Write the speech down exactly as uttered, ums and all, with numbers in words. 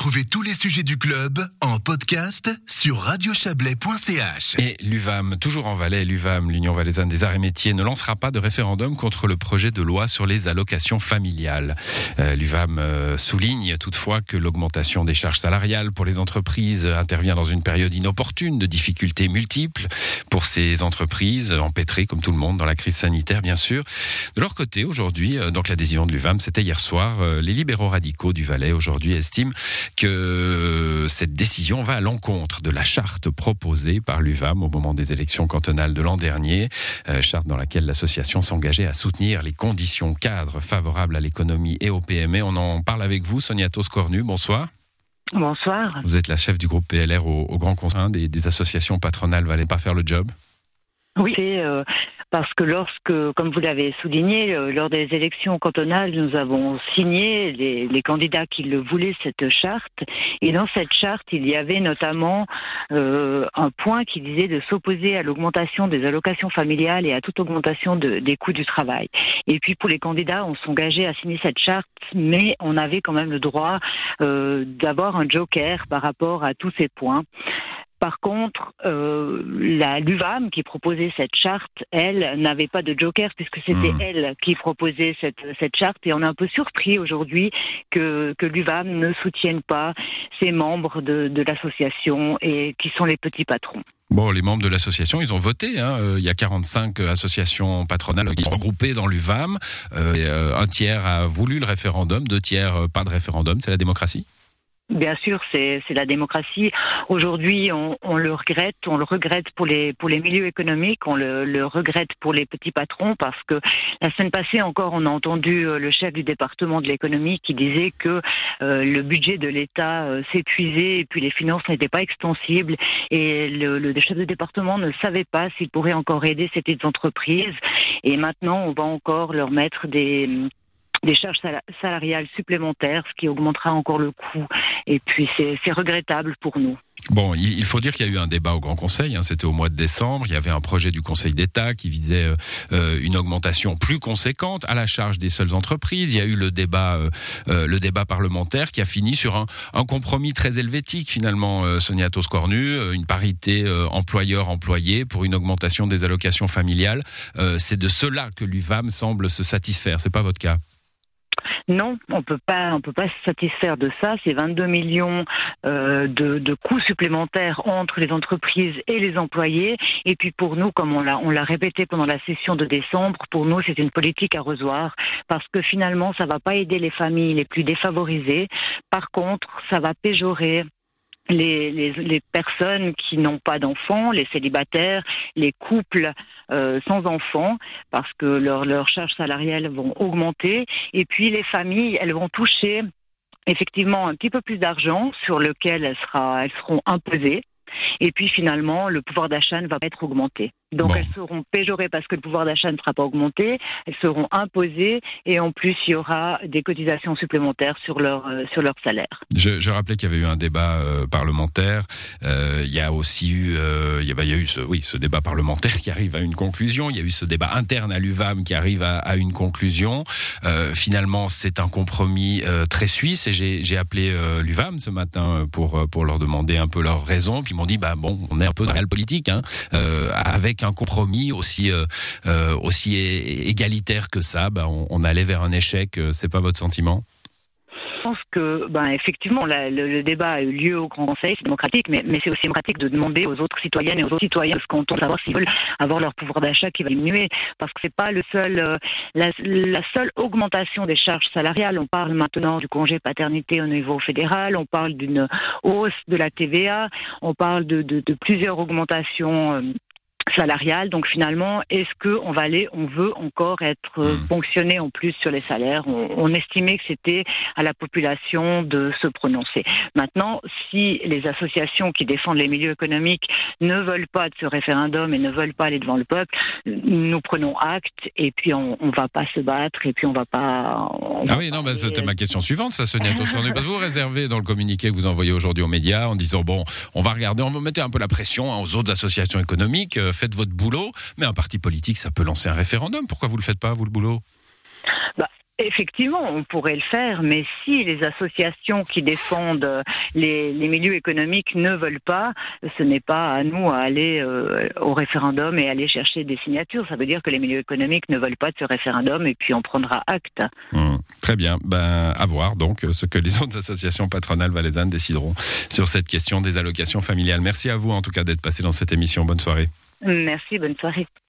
Retrouvez tous les sujets du club en podcast sur radio chablais point c h. Et l'U V A M, toujours en Valais, l'U V A M, l'Union valaisanne des arts et métiers, ne lancera pas de référendum contre le projet de loi sur les allocations familiales. Euh, L'U V A M euh, souligne toutefois que l'augmentation des charges salariales pour les entreprises intervient dans une période inopportune de difficultés multiples pour ces entreprises, empêtrées comme tout le monde dans la crise sanitaire bien sûr. De leur côté, aujourd'hui, euh, donc l'adhésion de l'U V A M, c'était hier soir, euh, les libéraux radicaux du Valais aujourd'hui estiment que cette décision va à l'encontre de la charte proposée par l'U V A M au moment des élections cantonales de l'an dernier, euh, charte dans laquelle l'association s'engageait à soutenir les conditions cadres favorables à l'économie et aux P M E. On en parle avec vous, Sonia Toscornu, bonsoir. Bonsoir. Vous êtes la chef du groupe P L R au, au Grand Conseil des, des associations patronales. Valait pas faire le job? Oui, c'est euh, parce que lorsque, comme vous l'avez souligné, euh, lors des élections cantonales, nous avons signé, les, les candidats qui le voulaient, cette charte. Et dans cette charte, il y avait notamment euh, un point qui disait de s'opposer à l'augmentation des allocations familiales et à toute augmentation de, des coûts du travail. Et puis pour les candidats, on s'engageait à signer cette charte, mais on avait quand même le droit euh, d'avoir un joker par rapport à tous ces points. Par contre, euh, la l'U V A M qui proposait cette charte, elle, n'avait pas de joker puisque c'était mmh. elle qui proposait cette, cette charte. Et on est un peu surpris aujourd'hui que, que l'U V A M ne soutienne pas ses membres de, de l'association et qui sont les petits patrons. Bon, les membres de l'association, ils ont voté. Hein. Euh, il y a quarante-cinq associations patronales qui sont regroupées dans l'U V A M. Euh, et, euh, un tiers a voulu le référendum, deux tiers euh, pas de référendum. C'est la démocratie ? Bien sûr, c'est, c'est la démocratie. Aujourd'hui, on, on le regrette. On le regrette pour les pour les milieux économiques. On le, le regrette pour les petits patrons parce que la semaine passée encore, on a entendu le chef du département de l'économie qui disait que euh, le budget de l'État euh, s'épuisait et puis les finances n'étaient pas extensibles et le, le chef de département ne savait pas s'il pourrait encore aider ces petites entreprises. Et maintenant, on va encore leur mettre des des charges salariales supplémentaires, ce qui augmentera encore le coût. Et puis, c'est, c'est regrettable pour nous. Bon, il faut dire qu'il y a eu un débat au Grand Conseil, hein, c'était au mois de décembre, il y avait un projet du Conseil d'État qui visait euh, une augmentation plus conséquente à la charge des seules entreprises. Il y a eu le débat, euh, le débat parlementaire qui a fini sur un, un compromis très helvétique finalement, euh, Sonia Toscornu, euh, une parité euh, employeur-employé pour une augmentation des allocations familiales. Euh, c'est de cela que l'U V A M semble se satisfaire, c'est pas votre cas? Non, on peut pas, on peut pas se satisfaire de ça. C'est vingt-deux millions euh, de, de coûts supplémentaires entre les entreprises et les employés. Et puis pour nous, comme on l'a, on l'a répété pendant la session de décembre, pour nous c'est une politique arrosoir parce que finalement ça va pas aider les familles les plus défavorisées. Par contre, ça va péjorer Les, les, les personnes qui n'ont pas d'enfants, les célibataires, les couples euh, sans enfants, parce que leurs leurs charges salariales vont augmenter. Et puis les familles, elles vont toucher effectivement un petit peu plus d'argent sur lequel elles, sera, elles seront imposées. Et puis finalement, le pouvoir d'achat ne va pas être augmenté. Donc bon. Elles seront péjorées parce que le pouvoir d'achat ne sera pas augmenté, elles seront imposées et en plus il y aura des cotisations supplémentaires sur leur euh, sur leur salaire. Je, je rappelais qu'il y avait eu un débat euh, parlementaire. Euh, il y a aussi eu euh, il y a, bah, il y a eu ce oui ce débat parlementaire qui arrive à une conclusion. Il y a eu ce débat interne à l'U V A M qui arrive à, à une conclusion. Euh, finalement, c'est un compromis euh, très suisse et j'ai j'ai appelé euh, l'U V A M ce matin pour pour leur demander un peu leurs raisons. Puis ils m'ont dit bah bon on est un peu dans la politique hein euh, avec un compromis aussi euh, euh, aussi égalitaire que ça, ben on, on allait vers un échec. C'est pas votre sentiment? Je pense que, ben, effectivement, la, le, le débat a eu lieu au Grand Conseil, c'est démocratique, mais, mais c'est aussi démocratique de demander aux autres citoyennes et aux autres citoyens de ce canton de savoir s'ils veulent avoir leur pouvoir d'achat qui va diminuer, parce que c'est pas le seul, euh, la, la seule augmentation des charges salariales. On parle maintenant du congé paternité au niveau fédéral, on parle d'une hausse de la T V A, on parle de, de, de plusieurs augmentations euh, salariale. Donc finalement, est-ce que on va aller, on veut encore être euh, ponctionné en plus sur les salaires? On, on estimait que c'était à la population de se prononcer. Maintenant, si les associations qui défendent les milieux économiques ne veulent pas de ce référendum et ne veulent pas aller devant le peuple, nous prenons acte et puis on, on va pas se battre et puis on va pas. On ah va oui, non, bah, aller... c'était ma question suivante, ça, Sonia Toscornu. Parce que vous réservez dans le communiqué que vous envoyez aujourd'hui aux médias en disant bon, on va regarder, on va mettre un peu la pression hein, aux autres associations économiques. Euh, faites votre boulot, mais un parti politique, ça peut lancer un référendum. Pourquoi vous le faites pas, vous, le boulot? Bah, Effectivement, on pourrait le faire, mais si les associations qui défendent les, les milieux économiques ne veulent pas, ce n'est pas à nous à aller euh, au référendum et aller chercher des signatures. Ça veut dire que les milieux économiques ne veulent pas de ce référendum et puis on prendra acte. Mmh, très bien. Ben, à voir donc ce que les autres associations patronales valaisannes décideront sur cette question des allocations familiales. Merci à vous en tout cas d'être passé dans cette émission. Bonne soirée. Merci, bonne soirée.